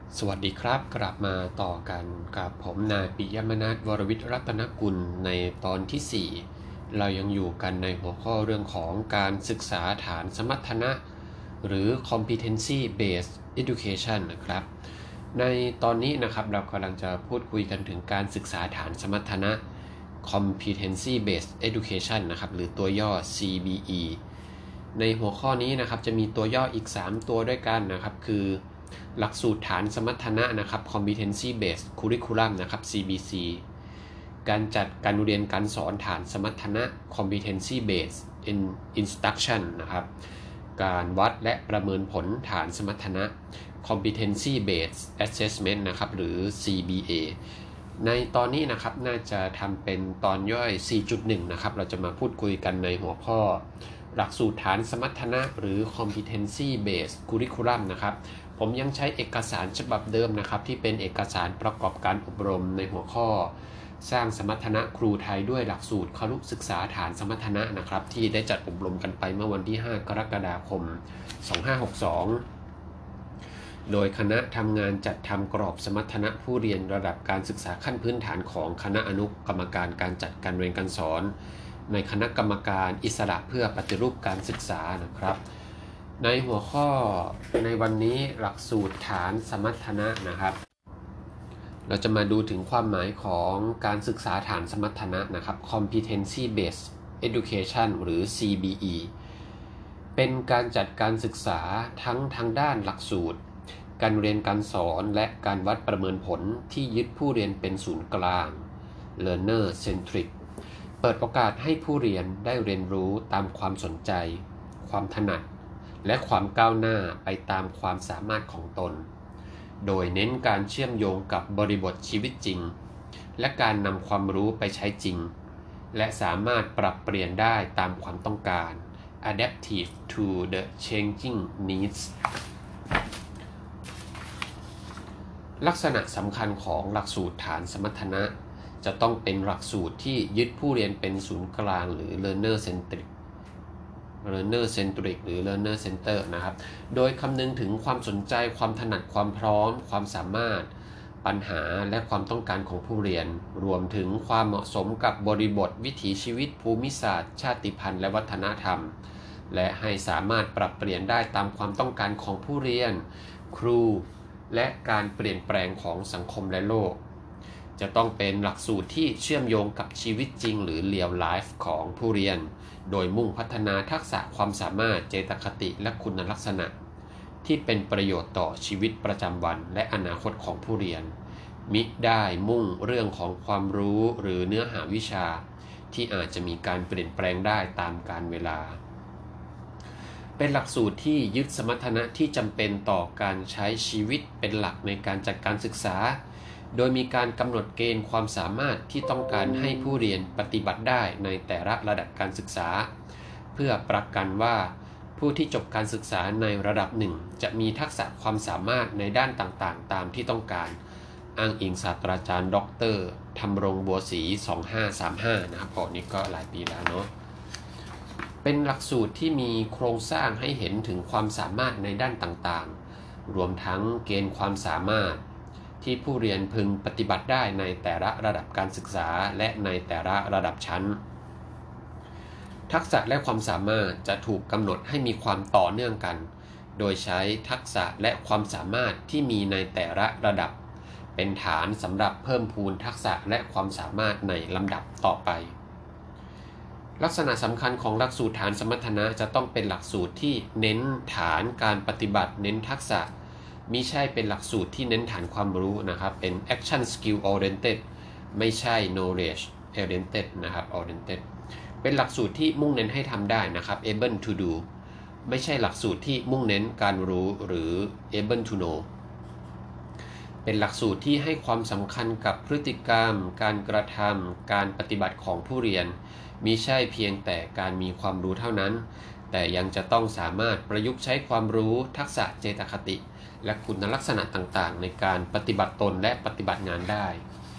สวัสดีครับกลับมาต่อกันกับผมนายปิยมนัสวรวิทย์รัตนกุลในตอนที่ 4เรายังอยู่กันในหัวข้อเรื่องของการศึกษาฐานสมรรถนะหรือ competency based education นะครับในตอนนี้นะครับเรากำลังจะพูดคุยกันถึงการศึกษาฐานสมรรถนะ competency based education นะครับหรือตัวย่อ CBE ในหัวข้อนี้นะครับจะมีตัวย่ออีก3ตัวด้วยกันนะครับคือหลักสูตรฐานสมรรถนะนะครับ competency based curriculum นะครับ CBC การจัดการเรียนการสอนฐานสมรรถนะ competency based instruction นะครับการวัดและประเมินผลฐานสมรรถนะ competency based assessment นะครับหรือ CBA ในตอนนี้นะครับน่าจะทำเป็นตอนย่อย 4.1 นะครับเราจะมาพูดคุยกันในหัวข้อหลักสูตรฐานสมรรถนะหรือ competency based curriculum นะครับผมยังใช้เอกสารฉบับเดิมนะครับที่เป็นเอกสารประกอบการอบรมในหัวข้อสร้างสมรรถนะครูไทยด้วยหลักสูตรครุศึกษาฐานสมรรถนะนะครับที่ได้จัดอบรมกันไปเมื่อวันที่ 5 กรกฎาคม 2562 โดยคณะทำงานจัดทำกรอบสมรรถนะผู้เรียนระดับการศึกษาขั้นพื้นฐานของคณะอนุกรรมการการจัดการเรียนการสอนในคณะกรรมการอิสระเพื่อปฏิรูปการศึกษานะครับในหัวข้อในวันนี้หลักสูตรฐานสมรรถนะนะครับเราจะมาดูถึงความหมายของการศึกษาฐานสมรรถนะนะครับ competency based education หรือ CBE เป็นการจัดการศึกษาทั้งทางด้านหลักสูตรการเรียนการสอนและการวัดประเมินผลที่ยึดผู้เรียนเป็นศูนย์กลาง learner centric เปิดโอกาสให้ผู้เรียนได้เรียนรู้ตามความสนใจความถนัดและความก้าวหน้าไปตามความสามารถของตนโดยเน้นการเชื่อมโยงกับบริบทชีวิตจริงและการนำความรู้ไปใช้จริงและสามารถปรับเปลี่ยนได้ตามความต้องการ adaptive to the changing needs ลักษณะสำคัญของหลักสูตรฐานสมรรถนะจะต้องเป็นหลักสูตรที่ยึดผู้เรียนเป็นศูนย์กลางหรือ learner centric หรือ learner center นะครับโดยคำนึงถึงความสนใจความถนัดความพร้อมความสามารถปัญหาและความต้องการของผู้เรียนรวมถึงความเหมาะสมกับบริบทวิถีชีวิตภูมิศาสตร์ชาติพันธุ์และวัฒนธรรมและให้สามารถปรับเปลี่ยนได้ตามความต้องการของผู้เรียนครูและการเปลี่ยนแปลงของสังคมและโลกจะต้องเป็นหลักสูตรที่เชื่อมโยงกับชีวิตจริงหรือ real life ของผู้เรียนโดยมุ่งพัฒนาทักษะความสามารถเจตคติและคุณลักษณะที่เป็นประโยชน์ต่อชีวิตประจำวันและอนาคตของผู้เรียนมิได้มุ่งเรื่องของความรู้หรือเนื้อหาวิชาที่อาจจะมีการเปลี่ยนแปลงได้ตามกาลเวลาเป็นหลักสูตรที่ยึดสมรรถนะที่จำเป็นต่อการใช้ชีวิตเป็นหลักในการจัดการศึกษาโดยมีการกำหนดเกณฑ์ความสามารถที่ต้องการให้ผู้เรียนปฏิบัติได้ในแต่ละระดับการศึกษาเพื่อประกันว่าผู้ที่จบการศึกษาในระดับหนึ่งจะมีทักษะความสามารถในด้านต่างๆตามที่ต้องการอ้างอิงศาสตราจารย์ดร.ธรรมรงค์บัวศรี2535นะครับก่อนนี้ก็หลายปีแล้วเนาะเป็นหลักสูตรที่มีโครงสร้างให้เห็นถึงความสามารถในด้านต่างๆรวมทั้งเกณฑ์ความสามารถที่ผู้เรียนพึงปฏิบัติได้ในแต่ละระดับการศึกษาและในแต่ละระดับชั้นทักษะและความสามารถจะถูกกำหนดให้มีความต่อเนื่องกันโดยใช้ทักษะและความสามารถที่มีในแต่ละระดับเป็นฐานสำหรับเพิ่มพูนทักษะและความสามารถในลำดับต่อไปลักษณะสำคัญของหลักสูตรฐานสมรรถนะจะต้องเป็นหลักสูตรที่เน้นฐานการปฏิบัติเน้นทักษะมิใช่เป็นหลักสูตรที่เน้นฐานความรู้นะครับเป็น action skill oriented ไม่ใช่ knowledge oriented นะครับ oriented เป็นหลักสูตรที่มุ่งเน้นให้ทำได้นะครับ able to do ไม่ใช่หลักสูตรที่มุ่งเน้นการรู้หรือ able to know เป็นหลักสูตรที่ให้ความสำคัญกับพฤติกรรมการกระทำการปฏิบัติของผู้เรียนมิใช่เพียงแต่การมีความรู้เท่านั้นแต่ยังจะต้องสามารถประยุกต์ใช้ความรู้ทักษะเจตคติและคุณลักษณะต่างๆในการปฏิบัติตนและปฏิบัติงานได้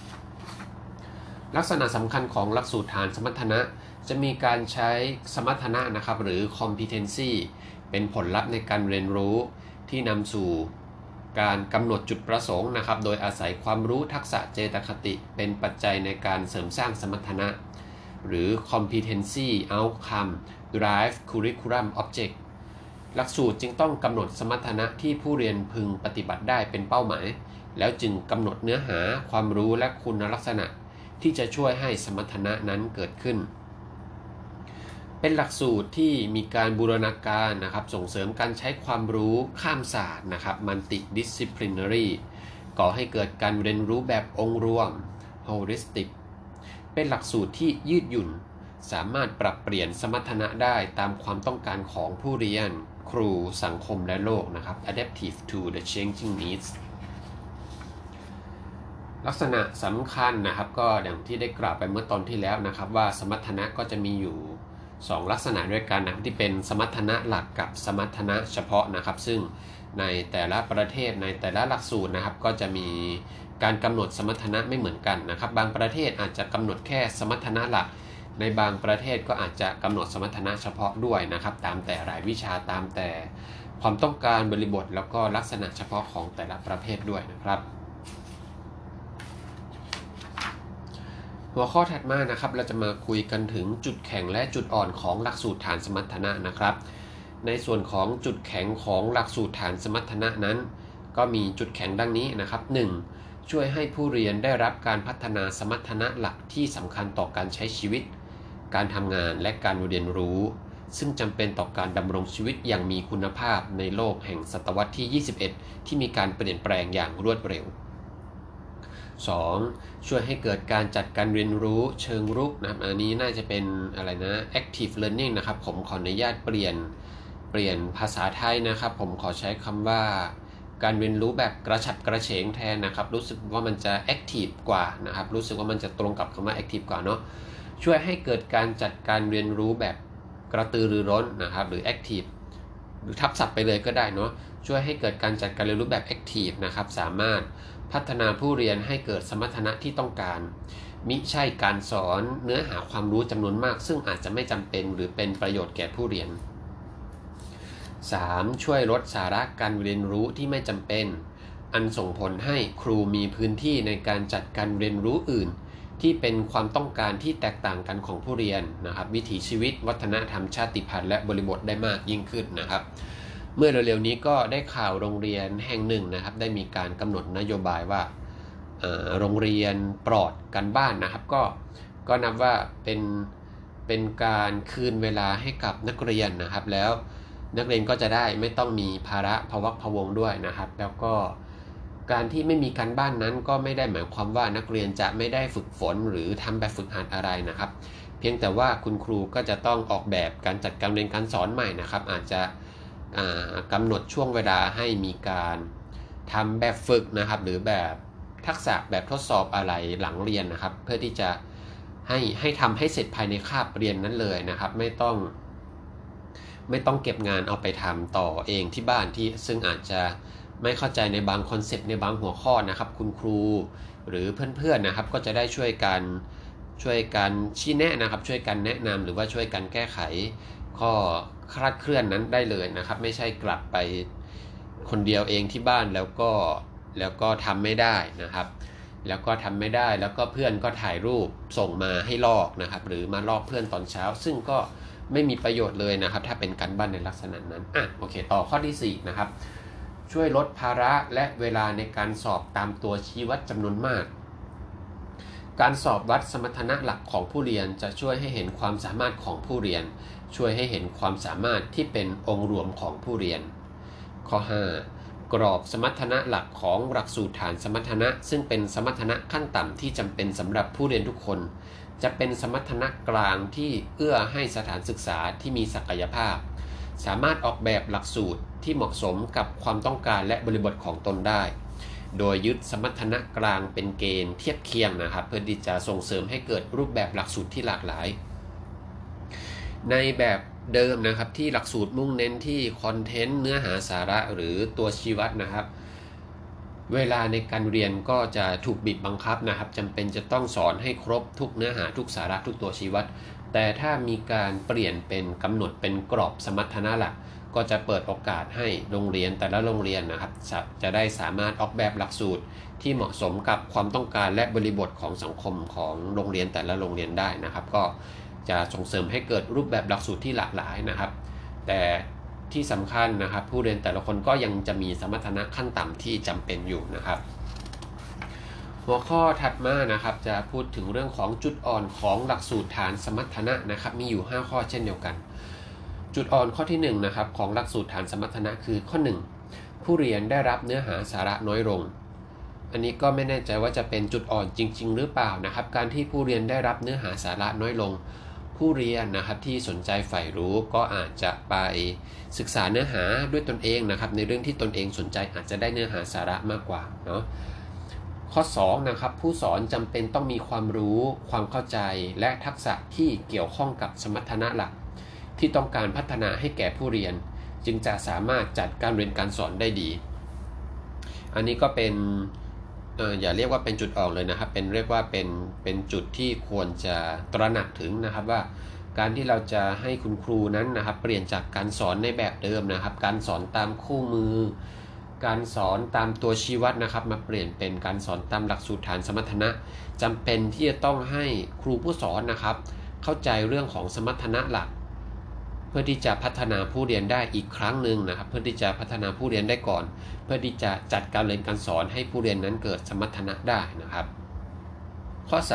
ลักษณะสำคัญของหลักสูตรฐานสมรรถนะจะมีการใช้สมรรถนะนะครับหรือ competency เป็นผลลัพธ์ในการเรียนรู้ที่นำสู่การกำหนดจุดประสงค์นะครับโดยอาศัยความรู้ทักษะเจตคติเป็นปัจจัยในการเสริมสร้างสมรรถนะหรือ competency outcome drive curriculum object หลักสูตรจึงต้องกำหนดสมรรถนะที่ผู้เรียนพึงปฏิบัติได้เป็นเป้าหมายแล้วจึงกำหนดเนื้อหาความรู้และคุณลักษณะที่จะช่วยให้สมรรถนะนั้นเกิดขึ้นเป็นหลักสูตรที่มีการบูรณาการนะครับส่งเสริมการใช้ความรู้ข้ามศาสตร์นะครับ multidisciplinary ก่อให้เกิดการเรียนรู้แบบองค์รวม holistic เป็นหลักสูตรที่ยืดหยุ่นสามารถปรับเปลี่ยนสมรรถนะได้ตามความต้องการของผู้เรียนครูสังคมและโลกนะครับ adaptive to the changing needs ลักษณะสำคัญนะครับก็อย่างที่ได้กล่าวไปเมื่อตอนที่แล้วนะครับว่าสมรรถนะก็จะมีอยู่2ลักษณะด้วยกันนะครับที่เป็นสมรรถนะหลักกับสมรรถนะเฉพาะนะครับซึ่งในแต่ละประเทศในแต่ละหลักสูตรนะครับก็จะมีการกำหนดสมรรถนะไม่เหมือนกันนะครับบางประเทศอาจจะกำหนดแค่สมรรถนะหลักในบางประเทศก็อาจจะกำหนดสมรรถนะเฉพาะด้วยนะครับตามแต่รายวิชาตามแต่ความต้องการบริบทแล้วก็ลักษณะเฉพาะของแต่ละประเภทด้วยนะครับหัวข้อถัดมานะครับเราจะมาคุยกันถึงจุดแข็งและจุดอ่อนของหลักสูตรฐานสมรรถนะนะครับในส่วนของจุดแข็งของหลักสูตรฐานสมรรถนะนั้นก็มีจุดแข็งดังนี้นะครับ 1. ช่วยให้ผู้เรียนได้รับการพัฒนาสมรรถนะหลักที่สำคัญต่อการใช้ชีวิตการทำงานและการเรียนรู้ซึ่งจำเป็นต่อการดำรงชีวิตอย่างมีคุณภาพในโลกแห่งศตวรรษที่ 21 ที่มีการเปลี่ยนแปลงอย่างรวดเร็ว2. ช่วยให้เกิดการจัดการเรียนรู้เชิงรุกนะครับอันนี้น่าจะเป็นอะไรนะ active learning นะครับผมขออนุญาตเปลี่ยนภาษาไทยนะครับผมขอใช้คำว่าการเรียนรู้แบบกระฉับกระเฉงแทนนะครับรู้สึกว่ามันจะ active กว่านะครับรู้สึกว่ามันจะตรงกับคำว่า active กว่าเนาะช่วยให้เกิดการจัดการเรียนรู้แบบกระตือรือร้นนะครับหรือ active หรือทับศัพท์ไปเลยก็ได้เนาะช่วยให้เกิดการจัดการเรียนรู้แบบ active นะครับสามารถพัฒนาผู้เรียนให้เกิดสมรรถนะที่ต้องการมิใช่การสอนเนื้อหาความรู้จำนวนมากซึ่งอาจจะไม่จำเป็นหรือเป็นประโยชน์แก่ผู้เรียน 3. ช่วยลดสาระการเรียนรู้ที่ไม่จำเป็นอันส่งผลให้ครูมีพื้นที่ในการจัดการเรียนรู้อื่นที่เป็นความต้องการที่แตกต่างกันของผู้เรียนนะครับวิถีชีวิตวัฒนธรรมชาติพันธุ์และบริบทได้มากยิ่งขึ้นนะครับเมื่อเร็วๆนี้ก็ได้ข่าวโรงเรียนแห่งหนึ่งนะครับได้มีการกำหนดนโยบายว่าโรงเรียนปลอดการบ้านนะครับก็นับว่าเป็นการคืนเวลาให้กับนักเรียนนะครับแล้วนักเรียนก็จะได้ไม่ต้องมีภาระพะวักพะวงด้วยนะครับแล้วก็การที่ไม่มีการบ้านนั้นก็ไม่ได้หมายความว่านักเรียนจะไม่ได้ฝึกฝนหรือทำแบบฝึกหัดอะไรนะครับเพียงแต่ว่าคุณครูก็จะต้องออกแบบการจัดการเรียนการสอนใหม่นะครับอาจจะกำหนดช่วงเวลาให้มีการทำแบบฝึกนะครับหรือแบบทักษะแบบทดสอบอะไรหลังเรียนนะครับเพื่อที่จะให้ทำให้เสร็จภายในคาบเรียนนั้นเลยนะครับไม่ต้องเก็บงานเอาไปทำต่อเองที่บ้านที่ซึ่งอาจจะไม่เข้าใจในบางคอนเซปต์ในบางหัวข้อนะครับคุณครูหรือเพื่อนๆนะครับก็จะได้ช่วยกันชี้แนะนะครับช่วยกันแนะนำหรือว่าช่วยกันแก้ไขข้อคลาดเคลื่อนนั้นได้เลยนะครับไม่ใช่กลับไปคนเดียวเองที่บ้านแล้วก็ทำไม่ได้นะครับแล้วก็ทำไม่ได้แล้วก็เพื่อนก็ถ่ายรูปส่งมาให้ลอกนะครับหรือมาลอกเพื่อนตอนเช้าซึ่งก็ไม่มีประโยชน์เลยนะครับถ้าเป็นการบ้านในลักษณะนั้นโอเคต่อข้อที่4นะครับช่วยลดภาระและเวลาในการสอบตามตัวชี้วัดจำนวนมากการสอบวัดสมรรถนะหลักของผู้เรียนจะช่วยให้เห็นความสามารถของผู้เรียนช่วยให้เห็นความสามารถที่เป็นองค์รวมของผู้เรียนข้อ5กรอบสมรรถนะหลักของหลักสูตรฐานสมรรถนะซึ่งเป็นสมรรถนะขั้นต่ำที่จำเป็นสำหรับผู้เรียนทุกคนจะเป็นสมรรถนะกลางที่เอื้อให้สถานศึกษาที่มีศักยภาพสามารถออกแบบหลักสูตรที่เหมาะสมกับความต้องการและบริบทของตนได้โดยยึดสมรรถนะกลางเป็นเกณฑ์เทียบเคียงนะครับเพื่อที่จะส่งเสริมให้เกิดรูปแบบหลักสูตรที่หลากหลายในแบบเดิมนะครับที่หลักสูตรมุ่งเน้นที่คอนเทนต์เนื้อหาสาระหรือตัวชี้วัดนะครับเวลาในการเรียนก็จะถูกบีบบังคับนะครับจำเป็นจะต้องสอนให้ครบทุกเนื้อหาทุกสาระทุกตัวชี้วัดแต่ถ้ามีการเปลี่ยนเป็นกำหนดเป็นกรอบสมรรถนะหลักก็จะเปิดโอกาสให้โรงเรียนแต่ละโรงเรียนนะครับจะได้สามารถออกแบบหลักสูตรที่เหมาะสมกับความต้องการและบริบทของสังคมของโรงเรียนแต่ละโรงเรียนได้นะครับก็จะส่งเสริมให้เกิดรูปแบบหลักสูตรที่หลากหลายนะครับแต่ที่สำคัญนะครับผู้เรียนแต่ละคนก็ยังจะมีสมรรถนะขั้นต่ำที่จำเป็นอยู่นะครับหัวข้อถัดมานะครับจะพูดถึงเรื่องของจุดอ่อนของหลักสูตรฐานสมรรถนะนะครับมีอยู่5ข้อเช่นเดียวกันจุดอ่อนข้อที่1นะครับของหลักสูตรฐานสมรรถนะคือข้อ1ผู้เรียนได้รับเนื้อหาสาระน้อยลงอันนี้ก็ไม่แน่ใจว่าจะเป็นจุดอ่อนจริงๆหรือเปล่านะครับการที่ผู้เรียนได้รับเนื้อหาสาระน้อยลงผู้เรียนนะครับที่สนใจใฝ่รู้ก็อาจจะไปศึกษาเนื้อหาด้วยตนเองนะครับในเรื่องที่ตนเองสนใจอาจจะได้เนื้อหาสาระมากกว่าเนาะข้อ2นะครับผู้สอนจำเป็นต้องมีความรู้ความเข้าใจและทักษะที่เกี่ยวข้องกับสมรรถนะหลักที่ต้องการพัฒนาให้แก่ผู้เรียนจึงจะสามารถจัดการเรียนการสอนได้ดีอันนี้ก็เป็นอย่าเรียกว่าเป็นจุดอ่อนเลยนะครับเรียกว่าเป็นจุดที่ควรจะตระหนักถึงนะครับว่าการที่เราจะให้คุณครูนั้นนะครับเปลี่ยนจากการสอนในแบบเดิมนะครับการสอนตามคู่มือการสอนตามตัวชี้วัดนะครับมาเปลี่ยนเป็นการสอนตามหลักสูตรฐานสมรรถนะจำเป็นที่จะต้องให้ครูผู้สอนนะครับเข้าใจเรื่องของสมรรถนะหลักเพื่อที่จะพัฒนาผู้เรียนได้อีกครั้งหนึ่งนะครับเพื่อที่จะพัฒนาผู้เรียนได้ก่อนเพื่อที่จะจัดการเรียนการสอนให้ผู้เรียนนั้นเกิดสมรรถนะได้นะครับข้อ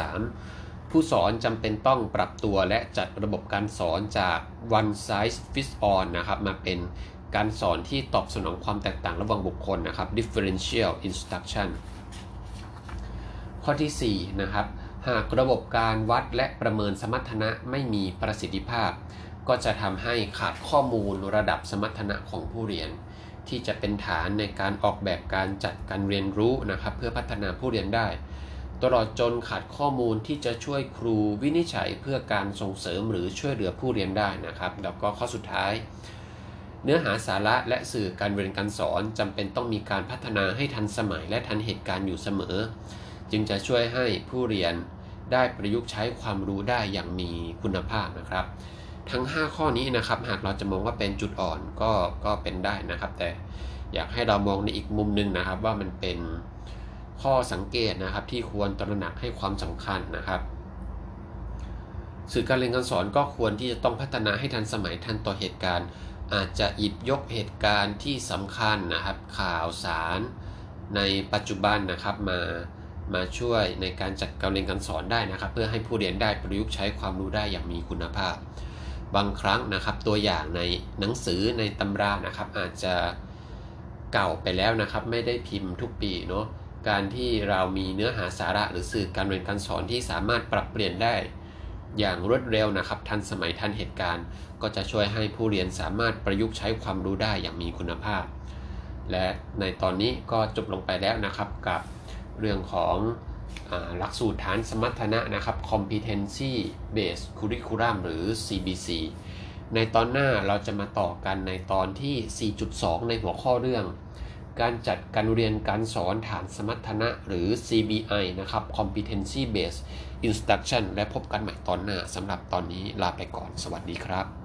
3ผู้สอนจำเป็นต้องปรับตัวและจัดระบบการสอนจาก one size fits all นะครับมาเป็นการสอนที่ตอบสนองความแตกต่างระหว่างบุคคลนะครับ differential instruction ข้อที่4นะครับหากระบบการวัดและประเมินสมรรถนะไม่มีประสิทธิภาพก็จะทำให้ขาดข้อมูลระดับสมรรถนะของผู้เรียนที่จะเป็นฐานในการออกแบบการจัดการเรียนรู้นะครับเพื่อพัฒนาผู้เรียนได้ตลอดจนขาดข้อมูลที่จะช่วยครูวินิจฉัยเพื่อการส่งเสริมหรือช่วยเหลือผู้เรียนได้นะครับแล้วก็ข้อสุดท้ายเนื้อหาสาระและสื่อการเรียนการสอนจำเป็นต้องมีการพัฒนาให้ทันสมัยและทันเหตุการณ์อยู่เสมอจึงจะช่วยให้ผู้เรียนได้ประยุกต์ใช้ความรู้ได้อย่างมีคุณภาพนะครับทั้ง5ข้อนี้นะครับหากเราจะมองว่าเป็นจุดอ่อนก็เป็นได้นะครับแต่อยากให้เรามองในอีกมุมนึงนะครับว่ามันเป็นข้อสังเกตนะครับที่ควรตระหนักให้ความสำคัญนะครับสื่อการเรียนการสอนก็ควรที่จะต้องพัฒนาให้ทันสมัยทันต่อเหตุการณ์อาจจะหยิบยกเหตุการณ์ที่สำคัญนะครับข่าวสารในปัจจุบันนะครับมาช่วยในการจัดการเรียนการสอนได้นะครับเพื่อให้ผู้เรียนได้ประยุกต์ใช้ความรู้ได้อย่างมีคุณภาพบางครั้งนะครับตัวอย่างในหนังสือในตำรานะครับอาจจะเก่าไปแล้วนะครับไม่ได้พิมพ์ทุกปีเนาะการที่เรามีเนื้อหาสาระหรือสื่อการเรียนการสอนที่สามารถปรับเปลี่ยนได้อย่างรวดเร็วนะครับทันสมัยทันเหตุการณ์ก็จะช่วยให้ผู้เรียนสามารถประยุกต์ใช้ความรู้ได้อย่างมีคุณภาพและในตอนนี้ก็จบลงไปแล้วนะครับกับเรื่องของหลักสูตรฐานสมรรถนะนะครับ Competency Based Curriculum หรือ CBC ในตอนหน้าเราจะมาต่อกันในตอนที่ 4.2 ในหัวข้อเรื่องการจัดการเรียนการสอนฐานสมรรถนะหรือ CBI นะครับ Competency Based Instruction และพบกันใหม่ตอนหน้าสำหรับตอนนี้ลาไปก่อนสวัสดีครับ